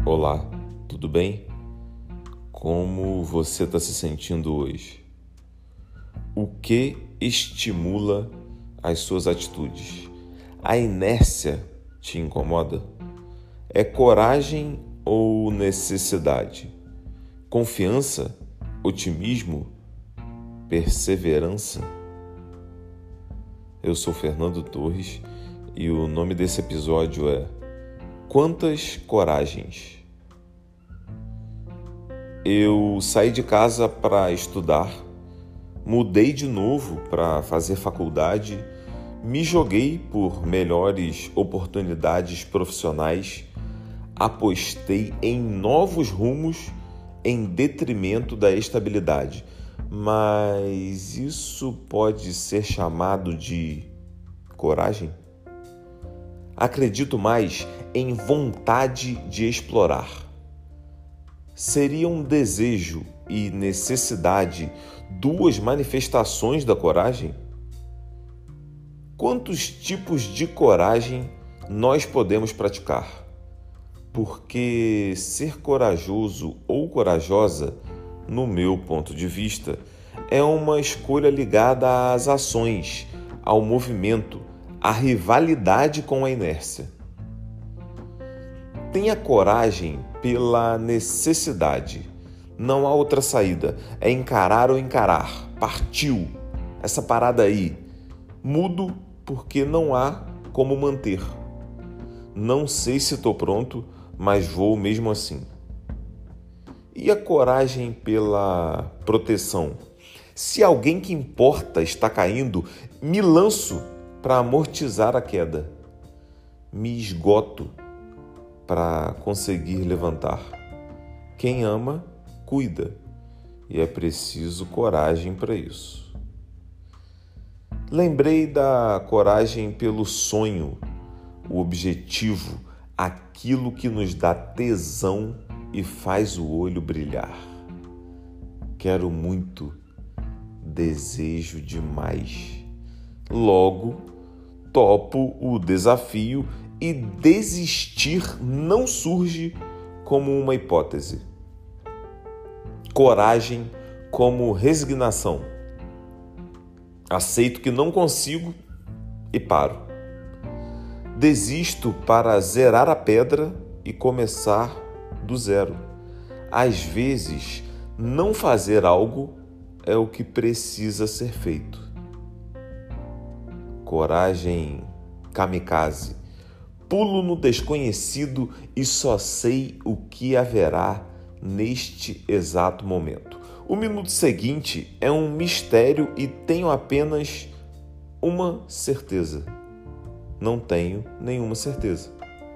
Olá, tudo bem? Como você está se sentindo hoje? O que estimula as suas atitudes? A inércia te incomoda? É coragem ou necessidade? Confiança, otimismo, perseverança? Eu sou Fernando Torres e o nome desse episódio é Quantas Coragens? Eu saí de casa para estudar, mudei de novo para fazer faculdade, me joguei por melhores oportunidades profissionais, apostei em novos rumos em detrimento da estabilidade. Mas isso pode ser chamado de coragem? Acredito mais em vontade de explorar. Seria um desejo e necessidade duas manifestações da coragem? Quantos tipos de coragem nós podemos praticar? Porque ser corajoso ou corajosa, no meu ponto de vista, é uma escolha ligada às ações, ao movimento, à rivalidade com a inércia. Tenha coragem pela necessidade. Não há outra saída. É encarar ou encarar. Partiu. Essa parada aí. Mudo porque não há como manter. Não sei se estou pronto, mas vou mesmo assim. E a coragem pela proteção? Se alguém que importa está caindo, me lanço para amortizar a queda. Me esgoto para conseguir levantar. Quem ama, cuida, e é preciso coragem para isso. Lembrei da coragem pelo sonho, o objetivo, aquilo que nos dá tesão e faz o olho brilhar. Quero muito, desejo demais. Logo, topo o desafio e desistir não surge como uma hipótese. Coragem como resignação. Aceito que não consigo e paro. Desisto para zerar a pedra e começar do zero. Às vezes, não fazer algo é o que precisa ser feito. Coragem kamikaze. Pulo no desconhecido e só sei o que haverá neste exato momento. O minuto seguinte é um mistério e tenho apenas uma certeza. Não tenho nenhuma certeza.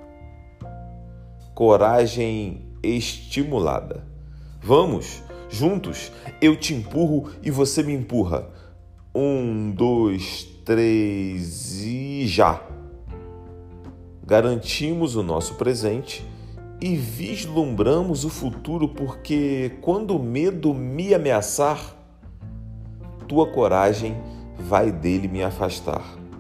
Coragem estimulada. Vamos, juntos, eu te empurro e você me empurra. 1, 2, 3 e já! Garantimos o nosso presente e vislumbramos o futuro, porque quando o medo me ameaçar, tua coragem vai dele me afastar.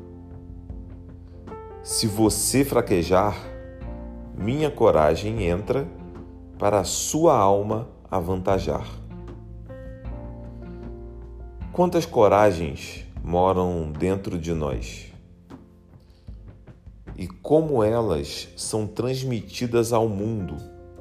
Se você fraquejar, minha coragem entra para a sua alma avantajar. Quantas coragens moram dentro de nós? E como elas são transmitidas ao mundo?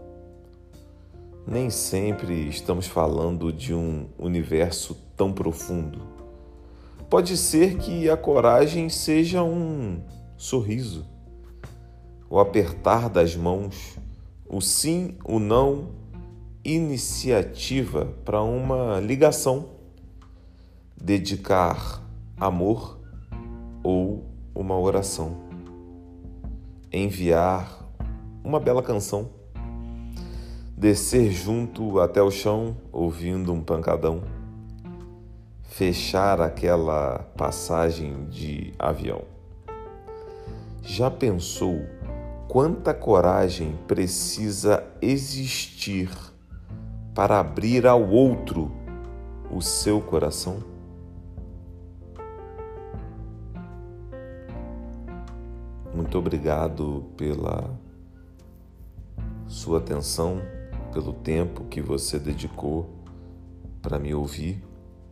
Nem sempre estamos falando de um universo tão profundo. Pode ser que a coragem seja um sorriso, o apertar das mãos, o sim, o não, iniciativa para uma ligação, dedicar amor ou uma oração. Enviar uma bela canção, descer junto até o chão ouvindo um pancadão, fechar aquela passagem de avião. Já pensou quanta coragem precisa existir para abrir ao outro o seu coração? Muito obrigado pela sua atenção, pelo tempo que você dedicou para me ouvir.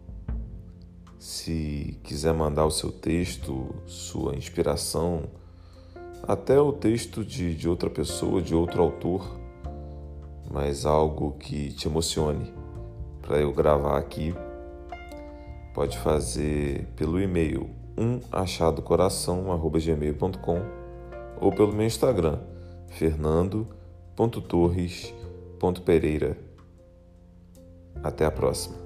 Se quiser mandar o seu texto, sua inspiração, até o texto de outra pessoa, de outro autor, mas algo que te emocione para eu gravar aqui, pode fazer pelo e-mail achadocoração@gmail.com ou pelo meu Instagram, fernando.torres.pereira. Até a próxima.